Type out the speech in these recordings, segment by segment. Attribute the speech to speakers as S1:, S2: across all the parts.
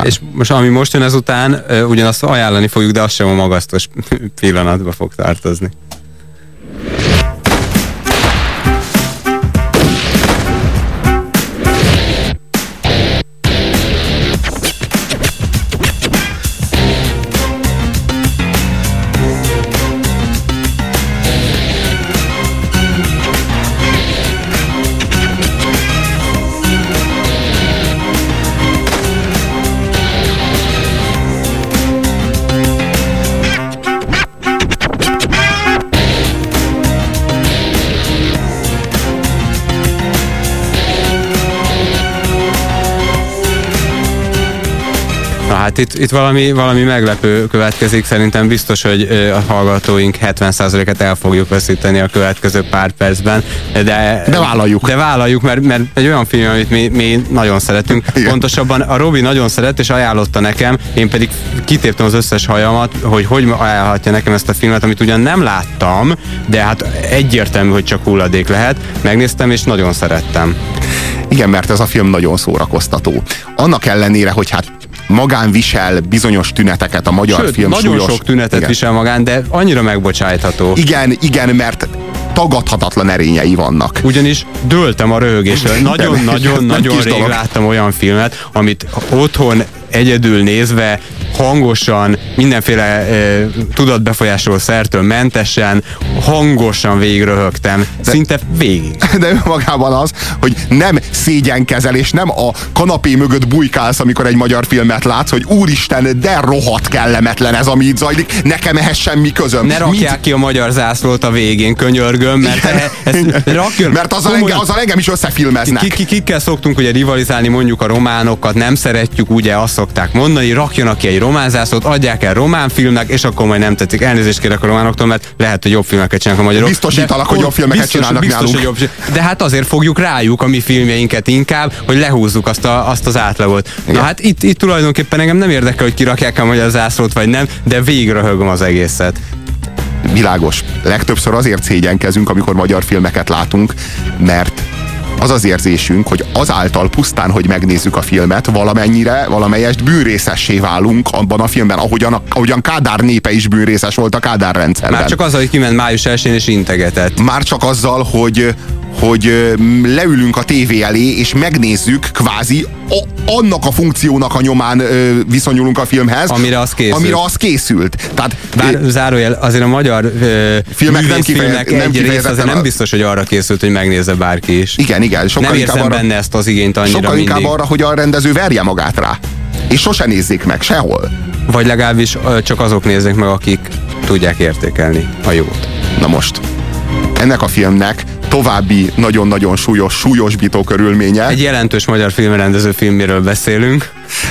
S1: És most, ami most jön ezután, ugyanazt ajánlani fogjuk, de az sem a magasztos pillanatba fog tartozni. Hát itt valami meglepő következik, szerintem biztos, hogy a hallgatóink 70%-et el fogjuk veszíteni a következő pár percben, de vállaljuk, mert egy olyan film, amit mi nagyon szeretünk. Igen. Pontosabban a Robi nagyon szeret, és ajánlotta nekem, én pedig kitéptem az összes hajamat, hogy ajánlhatja nekem ezt a filmet, amit ugyan nem láttam, de hát egyértelmű, hogy csak hulladék lehet. Megnéztem, és nagyon szerettem.
S2: Igen, mert ez a film nagyon szórakoztató. Annak ellenére, hogy hát magán visel bizonyos tüneteket a magyar film.
S1: Nagyon sok tünetet visel magán, de annyira megbocsájtható.
S2: Igen, mert tagadhatatlan erényei vannak.
S1: Ugyanis dőltem a röhögésről. Nagyon rég láttam olyan filmet, amit otthon egyedül nézve, hangosan, mindenféle tudatbefolyásoló szertől mentesen, hangosan végigröhögtem. Szinte végig.
S2: De magában az, hogy nem szégyenkezelés, nem a kanapé mögött bujkálsz, amikor egy magyar filmet látsz, hogy úristen, de rohadt kellemetlen ez, ami itt zajlik, nekem ehhez semmi közöm.
S1: Ne rakják ki a magyar zászlót a végén, könyörgöm,
S2: mert azzal engem is összefilmeznek.
S1: Kikkel szoktunk ugye rivalizálni, mondjuk a románokat, nem szeretjük, ugye azt szokták mondani, rakjanak ki egy román zászlót, adják el román filmnek, és akkor majd nem tetszik. Elnézést kérek a románoktól, mert lehet, hogy jobb filmeket csinálnak a magyarok.
S2: Biztosítalak, hogy jobb filmeket csinálnak nálunk.
S1: De hát azért fogjuk rájuk a mi filmjeinket inkább, hogy lehúzzuk azt az átlagot. Igen. Na hát itt tulajdonképpen engem nem érdekel, hogy kirakják a magyar zászlót, vagy nem, de végigröhögöm az egészet.
S2: Világos. Legtöbbször azért szégyenkezünk, amikor magyar filmeket látunk, mert az az érzésünk, hogy azáltal pusztán, hogy megnézzük a filmet, valamelyest bűnrészessé válunk abban a filmben, ahogyan Kádár népe is bűnrészes volt a Kádár rendszerben.
S1: Már csak azzal, hogy kiment május 1-én és integetett.
S2: Már csak azzal, hogy leülünk a tévé elé, és megnézzük kvázi annak a funkciónak a nyomán viszonyulunk a filmhez,
S1: amire az készült.
S2: Tehát,
S1: bár zárójel, azért a magyar filmek egy rész azért nem biztos, hogy arra készült, hogy megnézze bárki is.
S2: Igen.
S1: Nem érzem benne ezt az igényt annyira
S2: sokkal
S1: mindig.
S2: Inkább arra, hogy a rendező verje magát rá. És sose nézzék meg, sehol.
S1: Vagy legalábbis csak azok nézzék meg, akik tudják értékelni a jót.
S2: Na most, ennek a filmnek további nagyon-nagyon súlyosbító körülménye.
S1: Egy jelentős magyar filmrendező filmről beszélünk.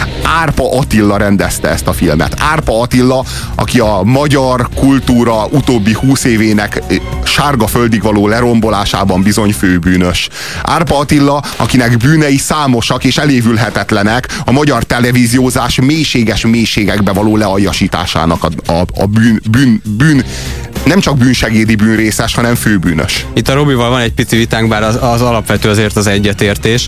S2: Árpa Attila rendezte ezt a filmet. Árpa Attila, aki a magyar kultúra utóbbi 20 évének sárga földig való lerombolásában bizony főbűnös. Árpa Attila, akinek bűnei számosak és elévülhetetlenek a magyar televíziózás mélységes mélységekbe való lealjasításának a bűn nem csak bűnsegédi bűnrészes, hanem főbűnös.
S1: Itt a Robival van egy pici vitánk, bár az alapvető azért az egyetértés,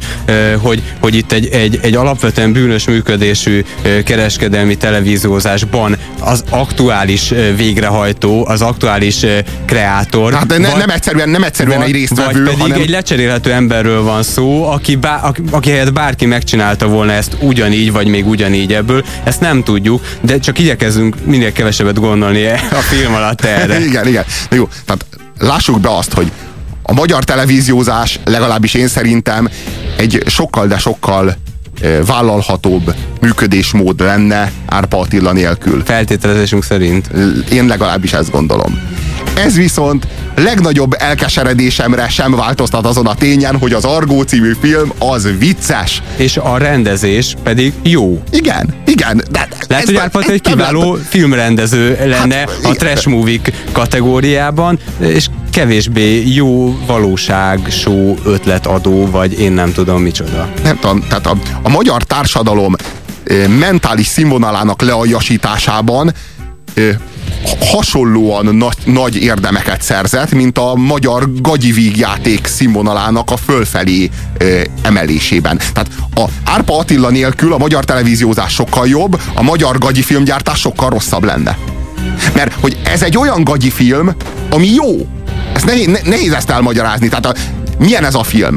S1: hogy itt egy alapvetően bűnös működésű kereskedelmi televíziózásban az aktuális végrehajtó, az aktuális kreátor.
S2: Hát nem egyszerűen egy résztvevő,
S1: vagy pedig egy lecserélhető emberről van szó, aki helyett bárki megcsinálta volna ezt ugyanígy, vagy még ugyanígy ebből. Ezt nem tudjuk, de csak igyekezzünk minél kevesebbet gondolni a film alatt erre.
S2: Igen. Na jó, tehát lássuk be azt, hogy a magyar televíziózás, legalábbis én szerintem, egy sokkal, de sokkal vállalhatóbb működésmód lenne Árpa Attila nélkül.
S1: Feltételezésünk szerint.
S2: Én legalábbis ezt gondolom. Ez viszont legnagyobb elkeseredésemre sem változtat azon a tényen, hogy az Argó című film az vicces.
S1: És a rendezés pedig jó.
S2: Igen.
S1: Lehet, hogy Árpa egy kiváló filmrendező lenne a trash movie kategóriában, és kevésbé jó valóság, show, ötletadó, vagy én nem tudom micsoda.
S2: Nem tudom, tehát a magyar társadalom mentális színvonalának lealjasításában hasonlóan nagy érdemeket szerzett, mint a magyar gagyi vígjáték színvonalának a fölfelé emelésében. Tehát a Árpa Attila nélkül a magyar televíziózás sokkal jobb, a magyar gagyi filmgyártás sokkal rosszabb lenne. Mert hogy ez egy olyan gagyi film, ami jó. Ezt nehéz ezt elmagyarázni. Tehát milyen ez a film?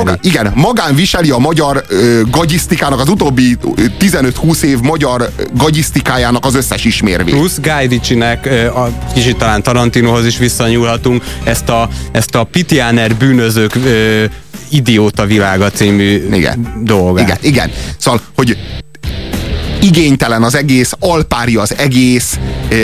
S2: Magán viseli a magyar gagyisztikának, az utóbbi 15-20 év magyar gagyisztikájának az összes ismérvét.
S1: Plusz Guy Ritchie-nek, kicsit talán Tarantinohoz is visszanyúlhatunk, ezt a Pitiáner bűnözők Idióta világa című dolgát.
S2: Igen. Szóval, hogy igénytelen az egész, alpári az egész,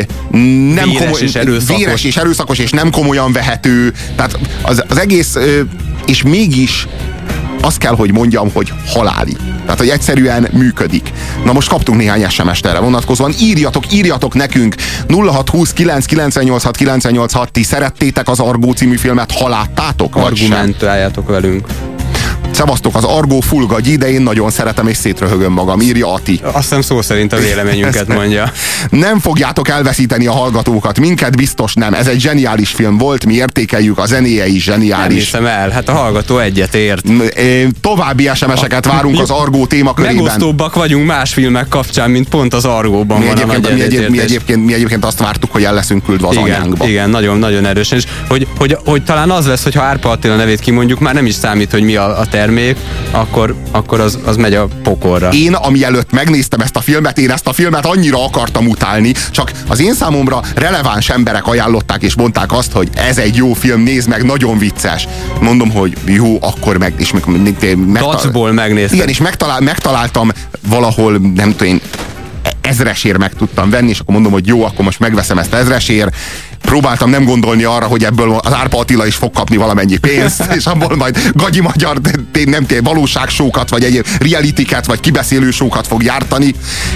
S2: nem véres és erőszakos, és nem komolyan vehető. Tehát az egész, és mégis azt kell, hogy mondjam, hogy haláli. Tehát, hogy egyszerűen működik. Na most kaptunk néhány SMS-t erre vonatkozóan. Írjatok nekünk 0620 998 986. Ti szerettétek az Argó című filmet, ha láttátok?
S1: Argumentáljátok velünk.
S2: Szevasztok, az Argó full gagyi, de én nagyon szeretem és szétröhögöm magam, írja Ati.
S1: Azt hiszem szó szerint a véleményünket mondja.
S2: Nem fogjátok elveszíteni a hallgatókat, minket biztos nem. Ez egy zseniális film volt, mi értékeljük, a zenéje is zseniális. Nem
S1: hiszem el, hát a hallgató egyetért.
S2: További SMS-eket várunk az Argó témakörében.
S1: Megosztóbbak vagyunk más filmek kapcsán, mint pont az Argóban van a nagy egyetértés.
S2: Mi egyébként azt vártuk, hogy el leszünk küldve az anyánkba.
S1: Igen, nagyon-nagyon erősen. És hogy talán az lesz, hogy ha Árpa Attila nevét kimondjuk, már nem is számít, hogy mi a termék, akkor az megy a pokolra.
S2: Én, amielőtt megnéztem ezt a filmet, én ezt a filmet annyira akartam utálni, csak az én számomra releváns emberek ajánlották és mondták azt, hogy ez egy jó film, nézd meg, nagyon vicces. Mondom, hogy jó, akkor meg, és
S1: Dacból megnéztem.
S2: Igen, és megtaláltam valahol, nem tudom én, 1000-esért meg tudtam venni, és akkor mondom, hogy jó, akkor most megveszem ezt 1000-esért. Próbáltam nem gondolni arra, hogy ebből az Árpa Attila is fog kapni valamennyi pénzt, és abból majd gagyi magyar, nem valóságsókat, vagy egyéb realityket, vagy kibeszélő sókat fog gyártani,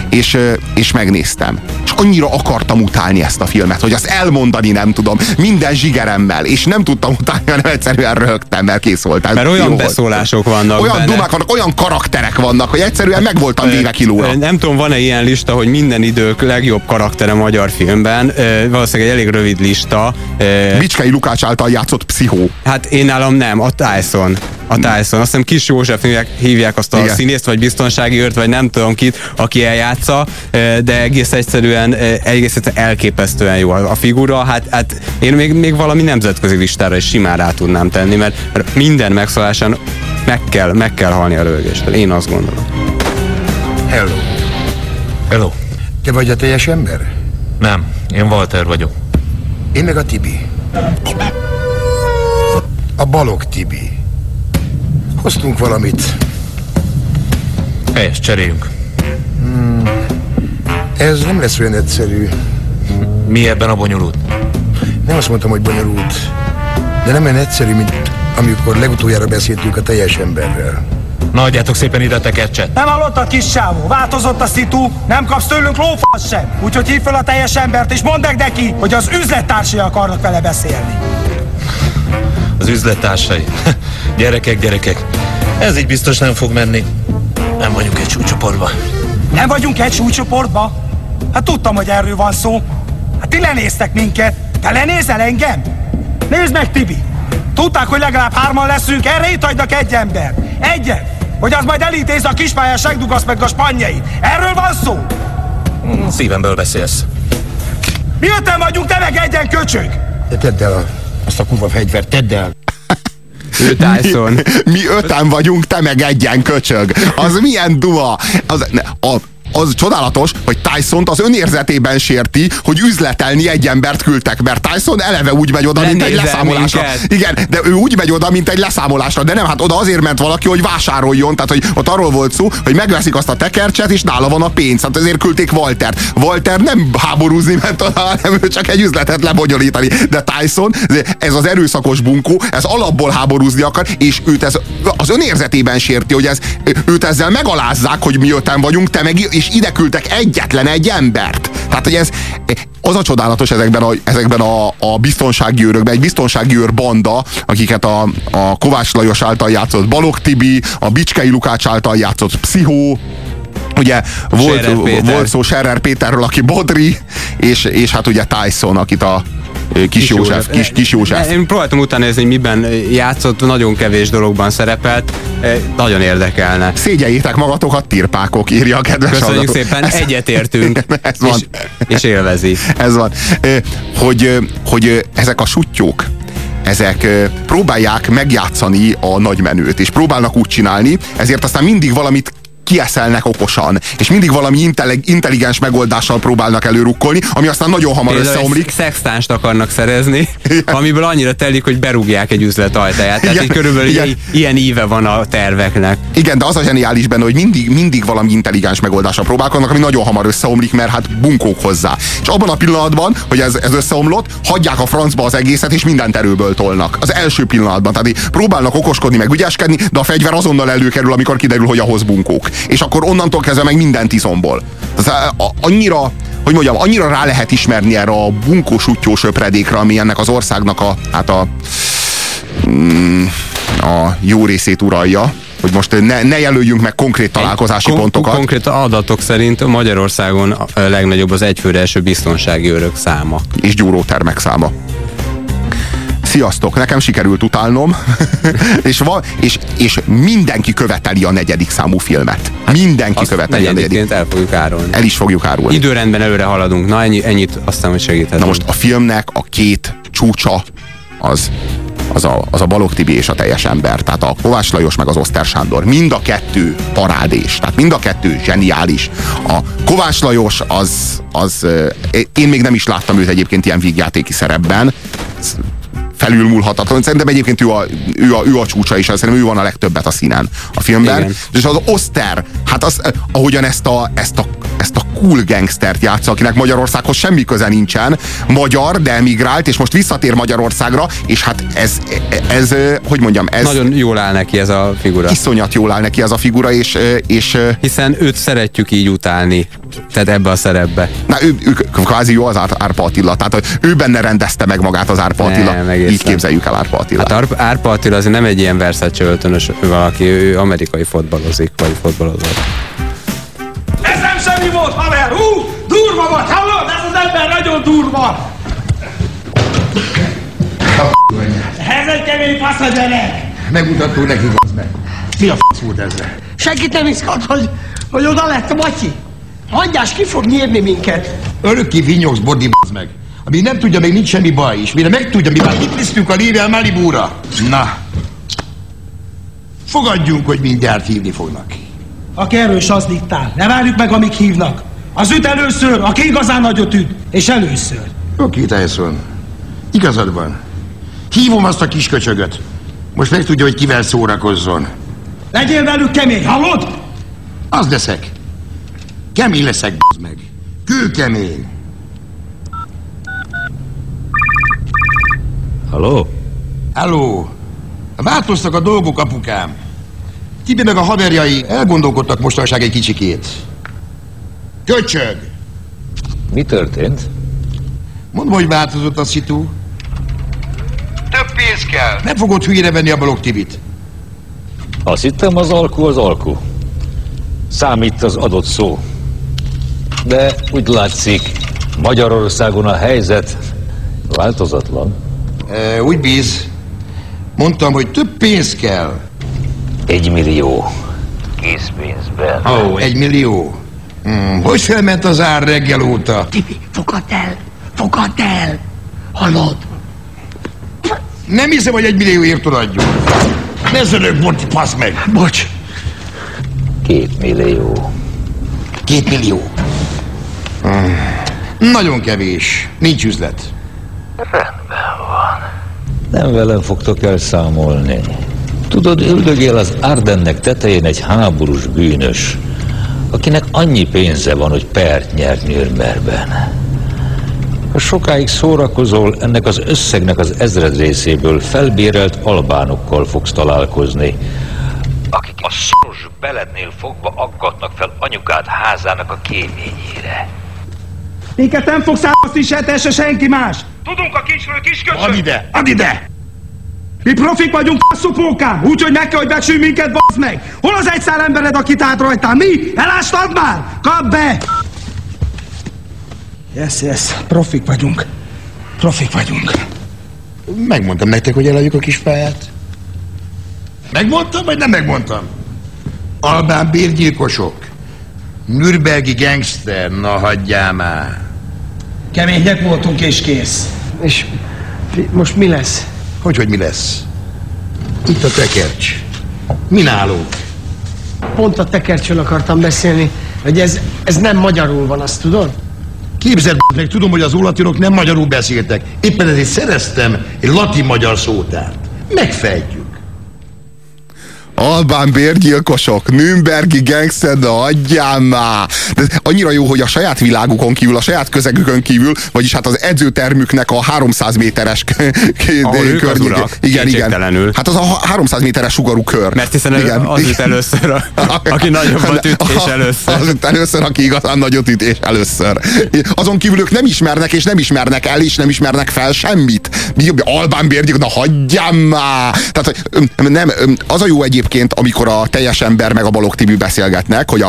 S2: és megnéztem. És annyira akartam utálni ezt a filmet, hogy azt elmondani nem tudom, minden zsigeremmel, és nem tudtam utálni, hanem egyszerűen röhögtem, mert kész volt.
S1: Mert olyan beszólások vannak
S2: olyan
S1: benne.
S2: Dumák vannak, olyan karakterek vannak, hogy egyszerűen meg voltam véve kilóra.
S1: Nem tudom, van-e ilyen lista, hogy minden idők legjobb karaktere magyar filmben, valószínűleg egy elég rövid lista.
S2: Bicskei Lukács által játszott pszichó.
S1: Hát én nálam nem, a Tyson. Azt hiszem Kis József hívják azt a színészt, vagy biztonsági őrt, vagy nem tudom kit, aki eljátsza, de egész egyszerűen elképesztően jó a figura. Hát én még valami nemzetközi listára is simán rá tudnám tenni, mert minden megszóláson meg kell halni a röhögéstől. Én azt gondolom.
S3: Hello. Te vagy a teljes ember?
S4: Nem, én Walter vagyok.
S3: Én meg a Tibi. A Balog Tibi. Hoztunk valamit.
S4: Helyes, cseréljünk.
S3: Ez nem lesz olyan egyszerű.
S4: Mi ebben a bonyolult?
S3: Nem azt mondtam, hogy bonyolult, de nem olyan egyszerű, mint amikor legutoljára beszéltünk a teljes emberrel.
S4: Na, adjátok szépen ide a tekercset.
S5: Nem hallottad, kis sávó? Változott a szitu, nem kapsz tőlünk lófasz sem. Úgyhogy hívd fel a teljes embert, és mondd meg neki, hogy az üzlettársai akarnak vele beszélni.
S4: Az üzlettársai. Gyerekek. Ez így biztos nem fog menni. Nem vagyunk egy súlycsoportba.
S5: Nem vagyunk egy súlycsoportba? Hát tudtam, hogy erről van szó. Hát ti lenéztek minket. Te lenézel engem? Nézd meg, Tibi. Tudták, hogy legalább 3-an leszünk, erre itt hagynak egy ember. Egyet, hogy az majd elítézze a kispályás segdugasz meg a spanyait. Erről van szó?
S4: Szívemből beszélsz.
S5: Mi 5-en vagyunk, te meg egyen, köcsög!
S3: De tedd el azt a kurva fegyvert, tedd el!
S1: Ő Tyson.
S2: Mi 5-en vagyunk, te meg egyen, köcsög. Az milyen duma? Az csodálatos, hogy Tyson-t az önérzetében sérti, hogy üzletelni egy embert küldtek, mert Tyson eleve úgy megy oda, mint egy leszámolásra. Igen, de ő úgy megy oda, mint egy leszámolásra, de nem, hát oda azért ment valaki, hogy vásároljon, tehát hogy ott arról volt szó, hogy megveszik azt a tekercset, és nála van a pénz, hát ezért küldték Waltert. Walter nem háborúzni ment oda, hanem ő csak egy üzletet lebonyolítani. De Tyson, ez az erőszakos bunkó, ez alapból háborúzni akar, és őt ez az önérzetében sérti, hogy őt ezzel megalázzák, hogy mi 5-en vagyunk, te meg és ide küldtek egyetlen egy embert. Tehát, hogy ez az a csodálatos ezekben a biztonsági őrökben, egy biztonsági őr banda, akiket a Kovács Lajos által játszott Balog Tibi, a Bicskei Lukács által játszott Pszichó, ugye volt szó Scherer Péterről, aki Bodri, és hát ugye Tyson, akit a Kis József.
S1: Én próbáltam utána nézni, miben játszott, nagyon kevés dologban szerepelt, nagyon érdekelne.
S2: Szégyeljétek magatokat, tirpákok, írja a kedves
S1: Köszönjük
S2: hallgató.
S1: szépen, egyetértünk.
S2: Ez van.
S1: És élvezi.
S2: Ez van. Hogy ezek a suttyók, ezek próbálják megjátszani a nagymenőt, és próbálnak úgy csinálni, ezért aztán mindig valamit kieszelnek okosan, és mindig valami intelligens megoldással próbálnak előrukkolni, ami aztán nagyon hamar összeomlik.
S1: Szextánst akarnak szerezni, amiből annyira telik, hogy berúgják egy üzlet ajtaját. Tehát így körülbelül ilyen íve van a terveknek.
S2: Igen, de az a zseniális benne, hogy mindig valami intelligens megoldással próbálkoznak, ami nagyon hamar összeomlik, mert hát bunkók hozzá. És abban a pillanatban, hogy ez összeomlott, hagyják a francba az egészet, és mindent erőből tolnak. Az első pillanatban. Tehát próbálnak okoskodni, meg ügyeskedni, de a fegyver azonnal előkerül, amikor kiderül, hogy ahhoz bunkók. És akkor onnantól kezdve meg mindent izomból. Annyira, hogy mondjam, annyira rá lehet ismerni erre a bunkós-uttyós öpredékre, ami ennek az országnak a jó részét uralja, hogy most ne jelöljünk meg konkrét találkozási pontokat.
S1: Konkrét adatok szerint Magyarországon a legnagyobb az egyfőre eső biztonsági örök száma.
S2: És gyúrótermek száma. Sziasztok, nekem sikerült utálnom, és mindenki követeli a 4. számú filmet. Mindenki követeli a 4.
S1: El fogjuk árulni.
S2: El is fogjuk árulni.
S1: Időrendben előre haladunk. Na ennyit aztán, hogy segíthetünk.
S2: Na most a filmnek a két csúcsa az a Balogh Tibi és a teljes ember. Tehát a Kovács Lajos meg az Oszter Sándor. Mind a kettő parádés. Tehát mind a kettő zseniális. A Kovács Lajos én még nem is láttam őt egyébként ilyen vígjátéki szerepben. Felülmúlhatatlan. Szerintem egyébként ő a csúcsa is, szerintem ő van a legtöbbet a színen a filmben. Igen. És az Oszter, hát ahogyan ezt a cool gangstert játsza, akinek Magyarországhoz semmi köze nincsen, magyar, de emigrált, és most visszatér Magyarországra, és hát ez hogy mondjam, ez...
S1: Nagyon jól áll neki ez a figura.
S2: Iszonyat jól áll neki ez a figura, és
S1: hiszen őt szeretjük így utálni, tehát ebbe a szerepbe.
S2: Na, ő kvázi jó az Árpa Attila, tehát ő benne rendezte meg magát az Árpa Attila. Így képzeljük el Árpa Attilát.
S1: Hát Árpa Attila azért nem egy ilyen Versace öltönös valaki, ő amerikai fotbalozik, vagy fotbalozott.
S5: Ez nem semmi volt, haver! Durva volt, hallod? Ez az ember nagyon durva! Ez egy kemény fasz a gyerek!
S3: Megmutattuk neki, bazd meg. Mi a f*** volt ezzel?
S5: Senkit nem izgat, hogy oda lett a Matyi. Hagyjás, ki fog nyírni minket?
S3: Örökké vinyogsz, Bodi, bazd meg. Amíg nem tudja, még nincs semmi baj is. Mire megtudja, mi már itt visztünk a Lével Malibúra. Na, fogadjunk, hogy mindjárt hívni fognak.
S5: Aki erős, az diktál. Ne várjuk meg, amíg hívnak. Az üt először, aki igazán nagyot üt. És először.
S3: Oké, Tyson. Igazad van. Hívom azt a kis köcsögöt. Most megtudja, hogy kivel szórakozzon.
S5: Legyél velük kemény, hallod?
S3: Az leszek. Kemény leszek, b***z meg. Kőkemény.
S4: Halló?
S3: Halló. Változtak a dolgok, apukám. Tibi meg a haverjai elgondolkodtak mostanság egy kicsikét. Köcsög!
S4: Mi történt?
S3: Mondd, hogy változott a szitu. Több pénz kell. Nem fogod hülyére venni a Balogh Tibit.
S4: Azt hittem, az alku. Számít az adott szó. De úgy látszik, Magyarországon a helyzet változatlan.
S3: Úgy bíz. Mondtam, hogy több pénz kell.
S4: 1 millió. Készpénzben.
S3: 1 millió. Hogy felment az ár reggel óta?
S5: Tibi, fogadd el. Hallod?
S3: Nem hiszem, hogy 1 millióért odaadjuk. Ne zörög, Borti, passz meg.
S5: Bocs.
S4: 2 millió.
S3: 2 millió. Nagyon kevés. Nincs üzlet.
S4: Rendben van. Nem velem fogtok elszámolni. Tudod, üldögél az Ardennek tetején egy háborús bűnös, akinek annyi pénze van, hogy pert nyert Nürnbergben. Ha sokáig szórakozol, ennek az összegnek az ezredrészéből felbérelt albánokkal fogsz találkozni, akik a szoros belednél fogva aggatnak fel anyukád házának a kéményére.
S5: Minket nem fogsz állasztni se te, se senki más. Tudunk a kincsről, kisköcsög.
S3: Add ide!
S5: Mi profik vagyunk, faszopókám, úgyhogy meg kell, hogy becsülj minket, bassz meg! Hol az egy szál embered, akit át rajtál? Mi? Elástad már? Kap be! Yes, profik vagyunk. Profik vagyunk.
S3: Megmondtam nektek, hogy eladjuk a kis pályát. Megmondtam, vagy nem megmondtam? Albán bérgyilkosok. Nürnbergi gangster, na hagyjál már.
S5: Kemények voltunk és kész.
S6: És most mi lesz?
S3: Hogy mi lesz? Itt a tekercs. Mi nálunk?
S6: Pont a tekercsről akartam beszélni, hogy ez nem magyarul van, azt tudod?
S3: Képzeld meg, tudom, hogy az olatinok nem magyarul beszéltek. Éppen ezért szereztem egy latin-magyar szótárt. Megfejtjük.
S2: Albán bérgyilkosok, Nürnbergi gangster, de adjál már! De annyira jó, hogy a saját világukon kívül, a saját közegükön kívül, vagyis hát az edzőtermüknek a 300 méteres
S1: környék.
S2: Igen. Hát az a 300 méteres sugarú kör.
S1: Mert hiszen az üt először, aki nagyobbat üt és először.
S2: Az üt először, aki igazán nagyot üt és először. Azon kívül ők nem ismernek, és nem ismernek el, és nem ismernek fel semmit. Albán bérgyilkosok, na hagyjál már! Tehát nem, az a jó egyébként, amikor a teljes ember meg a Balogh Tibi beszélgetnek, hogy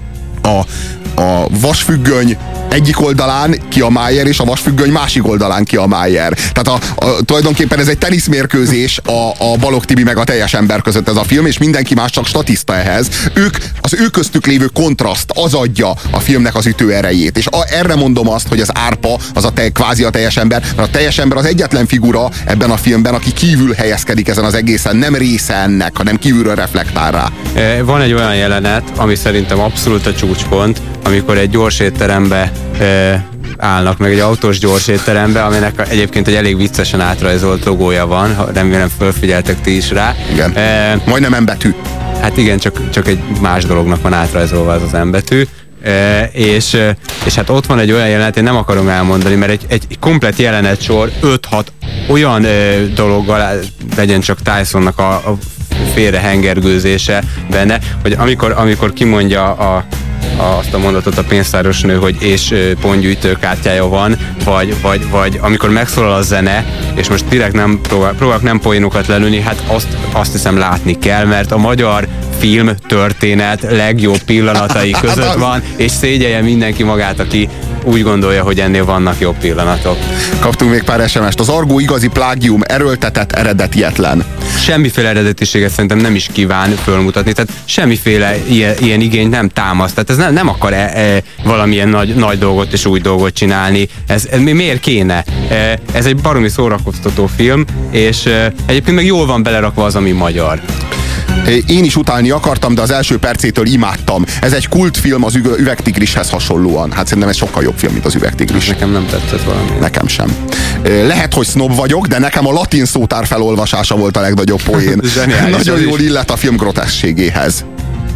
S2: a vasfüggöny egyik oldalán ki a Mayer, és a vasfüggöny másik oldalán ki a Mayer. Tehát tulajdonképpen ez egy teniszmérkőzés a Balogh Tibi meg a teljes ember között ez a film, és mindenki más csak statiszta ehhez. Az ő köztük lévő kontraszt, az adja a filmnek az ütő erejét. És erre mondom azt, hogy az Árpa, az kvázi a teljes ember, mert a teljes ember az egyetlen figura ebben a filmben, aki kívül helyezkedik ezen az egészen, nem része ennek, hanem kívülről reflektál rá.
S1: Van egy olyan jelenet, ami szerintem abszolút a csúcspont, amikor egy gyors étterembe állnak, meg egy autós gyors étterembe, aminek egyébként egy elég viccesen átrajzolt logója van, remélem fölfigyeltek ti is rá.
S2: Igen. Majdnem M-betű.
S1: Hát igen, csak egy más dolognak van átrajzolva az M-betű. És hát ott van egy olyan jelenet, én nem akarom elmondani, mert egy komplet jelenet-sor 5-6 olyan dologgal, legyen csak Tysonnak a félrehengergőzése benne, hogy amikor kimondja azt a mondatot a pénztáros nő, hogy és pontgyűjtőkártyája van, vagy amikor megszólal a zene, és most direkt nem próbálok nem poénokat lelőni, hát azt hiszem látni kell, mert a magyar film történet legjobb pillanatai között van, és szégyelje mindenki magát, aki úgy gondolja, hogy ennél vannak jobb pillanatok.
S2: Kaptunk még pár SMS-t. Az Argó igazi plágium, erőltetett, eredetietlen.
S1: Semmiféle eredetiséget szerintem nem is kíván fölmutatni, tehát semmiféle ilyen igényt nem támaszt, tehát ez nem akar valamilyen nagy dolgot és új dolgot csinálni. Ez miért kéne? Ez egy baromi szórakoztató film, és egyébként meg jól van belerakva az, ami magyar.
S2: Én is utálni akartam, de az első percétől imádtam. Ez egy kultfilm az Üvegtigrishez hasonlóan. Hát szerintem ez sokkal jobb film, mint az Üvegtigris.
S1: Nekem nem tetszett valami.
S2: Nekem sem. Lehet, hogy sznob vagyok, de nekem a latin szótár felolvasása volt a legnagyobb poén. Nagyon jól illet a film groteszségéhez.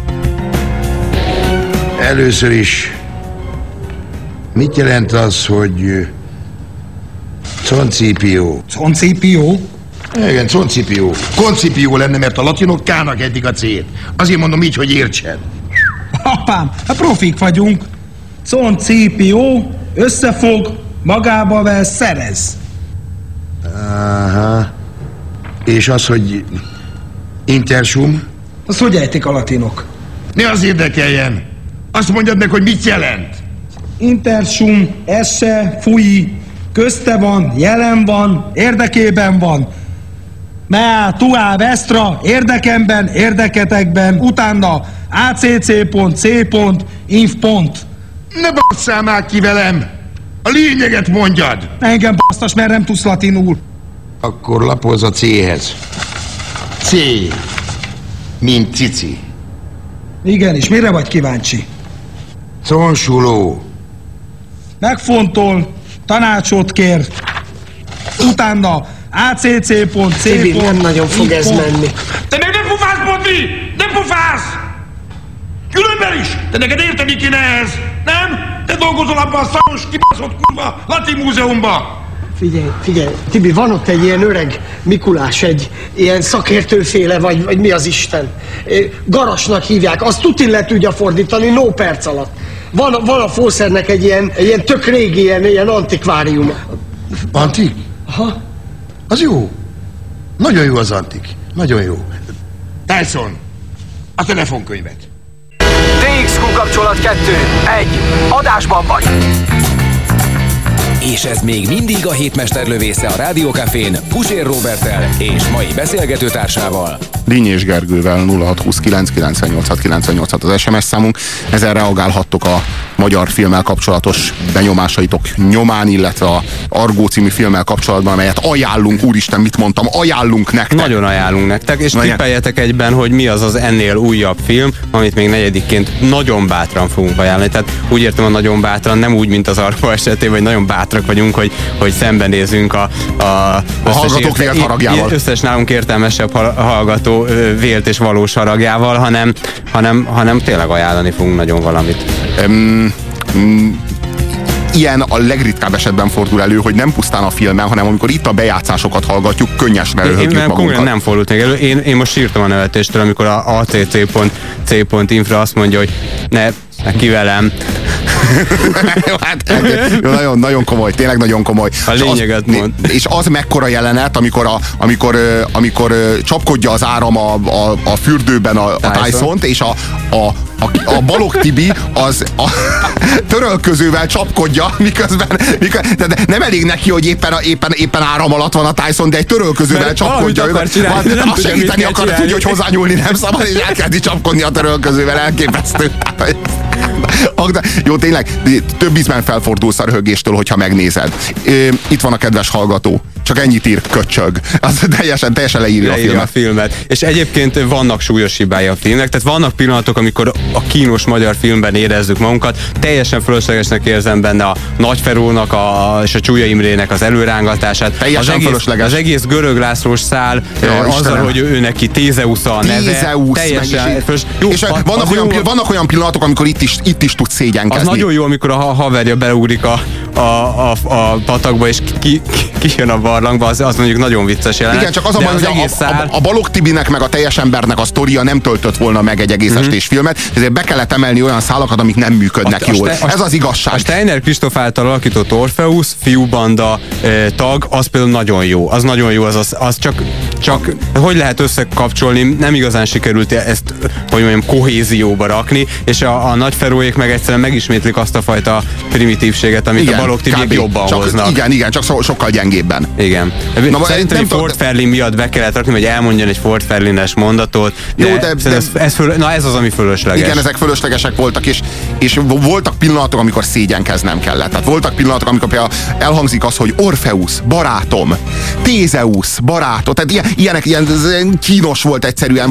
S3: Először is, mit jelent az, hogy concipio?
S5: Concipio?
S3: Igen, concipio. Concipio lenne, mert a latinok K-nak eddig a C-t. Azért mondom így, hogy értsed.
S5: Apám, profik vagyunk. Concipio, összefog, magába vesz, szerez.
S3: Aha. És az, hogy intersum?
S5: Azt hogy ejtik a latinok?
S3: Ne az érdekeljen. Azt mondjad meg, hogy mit jelent.
S5: Intersum, esse, fui, közte van, jelen van, érdekében van. Mea, tua, vestra, érdekemben, érdeketekben, utána ACC pont, C pont, inf pont.
S3: Ne basszál már ki velem! A lényeget mondjad!
S5: Engem basztas, mert nem tudsz latinul.
S3: Akkor lapozz a C-hez. C. Mint cici.
S5: Igen, és mire vagy kíváncsi?
S3: Consuló.
S5: Megfontol, tanácsot kér. Utána ACC pont, C
S6: Tibi,
S5: pont,
S6: nem nagyon fog ez menni.
S3: Te meg nem pofász, Botri! Nem pofász! Különben is! Te neked érteni kéne ehhez, nem? Te dolgozol abban a szaros, kibaszott kurva Latin múzeumban!
S6: Figyelj, Tibi, van ott egy ilyen öreg Mikulás, egy ilyen szakértőféle, vagy mi az Isten. Garasnak hívják, azt tuti le tudja fordítani, no perc alatt. Van a Fószernek egy ilyen tök régi, ilyen antikvárium.
S3: Antik?
S6: Aha.
S3: Az jó. Nagyon jó az antik. Nagyon jó. Tyson, a telefonkönyvet.
S7: TXQ kapcsolat 2. 1. Adásban vagy.
S8: És ez még mindig a hétmesterlövésze a Rádió Cafén Puzsér Róberttel és mai beszélgetőtársával.
S2: Dínyés Gergővel 0629986986 az SMS számunk. Ezzel reagálhattok a magyar filmmel kapcsolatos benyomásaitok nyomán, illetve a Argó című filmmel kapcsolatban, amelyet ajánlunk, úristen, mit mondtam, ajánlunk nektek.
S1: Nagyon ajánlunk nektek, és tippeljetek egyben, hogy mi az az ennél újabb film, amit még negyedikként nagyon bátran fogunk ajánlani. Tehát úgy értem, a nagyon bátran, nem úgy, mint az Argó esetében, hogy nagyon bátrak vagyunk, hogy szembenézünk a
S2: hallgatók vélt haragjával.
S1: Összes nálunk értelmesebb hallgató vélt és valós haragjával, hanem tényleg ajánlani fogunk nagyon valamit.
S2: Ilyen a legritkább esetben fordul elő, hogy nem pusztán a filmen, hanem amikor itt a bejátszásokat hallgatjuk, könnyesre röhögjük magunkat.
S1: Nem fordult még elő. Én most sírtam a nevetéstől, amikor a ACC.C.Infra azt mondja, hogy ne ki velem.
S2: Nagyon, nagyon komoly, tényleg nagyon komoly.
S1: A lényeget mond.
S2: És az mekkora jelenet, amikor csapkodja az áram a fürdőben a Tyson-t, és a Balogh Tibi az a törölközővel csapkodja, miközben de nem elég neki, hogy éppen áram alatt van a Tyson, de egy törölközővel csapkodja. Azt segíteni akar, tudja, hogy hozzányúlni nem szabad, és elkezdi csapkodni a törölközővel, elképesztő. Jó, tényleg, több ízben felfordulsz a röhögéstől, hogyha megnézed. Itt van a kedves hallgató. Csak ennyit ír, köcsög. Az teljesen leírja a filmet.
S1: És egyébként vannak súlyos hibái a filmnek, tehát vannak pillanatok, amikor a kínos magyar filmben érezzük magunkat. Teljesen fölöslegesnek érzem benne a Nagy Ferónak és a Csúlya Imrének az előrángatását.
S2: Teljesen fölösleges.
S1: Az egész Görög Lászlós szál, azzal, hogy ő neki Tézeusz a neve.
S2: Tézeusz,
S1: teljesen
S2: jó. És vannak olyan pillanatok, amikor itt is tudsz szégyenkezni.
S1: Az nagyon jó, amikor a haverja beugrik a patakba, és kijön a barlangba, az mondjuk nagyon vicces jelenet.
S2: Igen, csak az a baj, hogy a Balogh Tibinek meg a teljes embernek a sztoria nem töltött volna meg egy egész estés filmet, ezért be kellett emelni olyan szálakat, amik nem működnek jól. Ez az igazság.
S1: A Steiner Kristóf által alakított Orpheus, fiúbanda tag, az például nagyon jó. Az nagyon jó, az csak hogy lehet összekapcsolni, nem igazán sikerült ezt, hogy mondjam, kohézióba rakni, és a Nagy Feróék meg egyszerűen megismétlik azt a fajta primitívséget, amit a Balogh Tibiek jobban hoznak.
S2: Igen, csak sokkal gyengébben.
S1: Igen. Szerintem Ford Fairlane miatt be kellett rakni, hogy elmondjon egy Ford Fairlane-es mondatot. Jó, ez az, ami fölösleges.
S2: Igen, ezek fölöslegesek voltak, és voltak pillanatok, amikor szégyenkeznem kellett. Tehát voltak pillanatok, amikor például elhangzik az, hogy Orpheus, barátom, Tézeusz, barátom. Tehát ilyen kínos volt egyszerűen.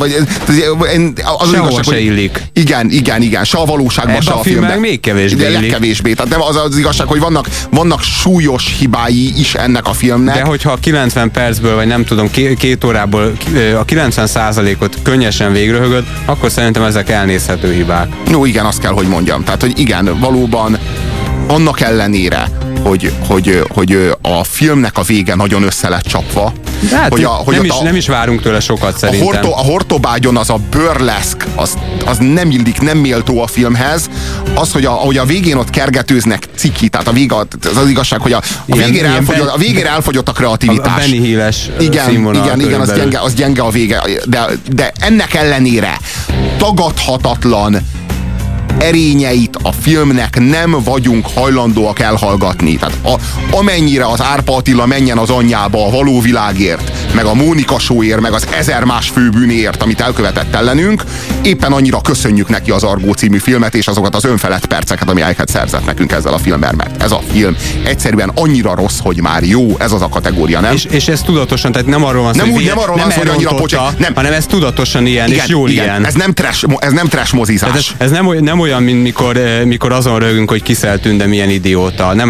S1: Az sehova se illik.
S2: Igen. Se a valóságban, se a filmben.
S1: Még kevésbé illik.
S2: Legkevésbé. Tehát nem az igazság, hogy vannak súlyos hibái is ennek a filmnek.
S1: De hogyha a 90 percből, vagy nem tudom, 2 órából a 90%-ot könnyesen végrehögöd, akkor szerintem ezek elnézhető hibák.
S2: Jó, igen, azt kell, hogy mondjam. Tehát, hogy igen, valóban annak ellenére, hogy a filmnek a vége nagyon össze lett csapva.
S1: Hát, nem is várunk tőle sokat szerintem.
S2: A hortobágyon az a burleszk, az nem illik, nem méltó a filmhez. Az, hogy a végén ott kergetőznek ciki, tehát az igazság, hogy a végére elfogyott a kreativitás.
S1: A Benny Hill-es
S2: színvonal. Igen, az gyenge a vége. De ennek ellenére tagadhatatlan erényeit a filmnek nem vagyunk hajlandóak elhallgatni. Tehát amennyire az Árpa Attila menjen az anyjába a való világért, meg a Mónika Show-ért, meg az 1000 más főbűnért, amit elkövetett ellenünk, éppen annyira köszönjük neki az Argó című filmet, és azokat az önfelett perceket, amelyeket szerzett nekünk ezzel a filmmel, mert ez a film egyszerűen annyira rossz, hogy már jó, ez az a kategória, nem?
S1: És ez tudatosan, tehát nem arról van szó, hogy annyira pocsék, hanem ez tudatosan ilyen, igen, és jól igen. Ilyen.
S2: Ez nem trash mozizás.
S1: Ez nem olyan, mint mikor azon rögünk, hogy Kiszel Tünde milyen idióta. Nem.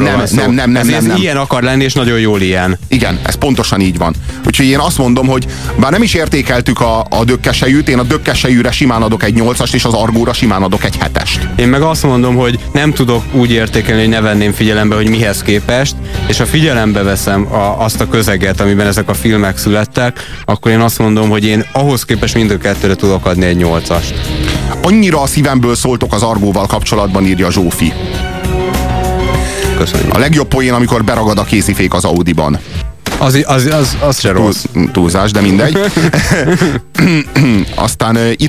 S1: Ilyen akar lenni, és nagyon jól ilyen.
S2: Igen, ez pontosan így van. Úgyhogy én azt mondom, hogy bár nem is értékeltük a Dökkesejűt, én a Dökkesejűre simán adok egy 8-ast, és az Argóra simán adok egy 7-est.
S1: Én meg azt mondom, hogy nem tudok úgy értékelni, hogy ne venném figyelembe, hogy mihez képest, és ha figyelembe veszem azt a közeget, amiben ezek a filmek születtek, akkor én azt mondom, hogy én ahhoz képest mind a kettőre tudok adni egy 8-ast.
S2: Annyira a szívemből szóltok az Argóval kapcsolatban, írja Zsófi.
S1: Köszönjük.
S2: A legjobb poén, amikor beragad a kézifék az Audiban.
S1: Az se rossz.
S2: Túlzás, de mindegy. Aztán itt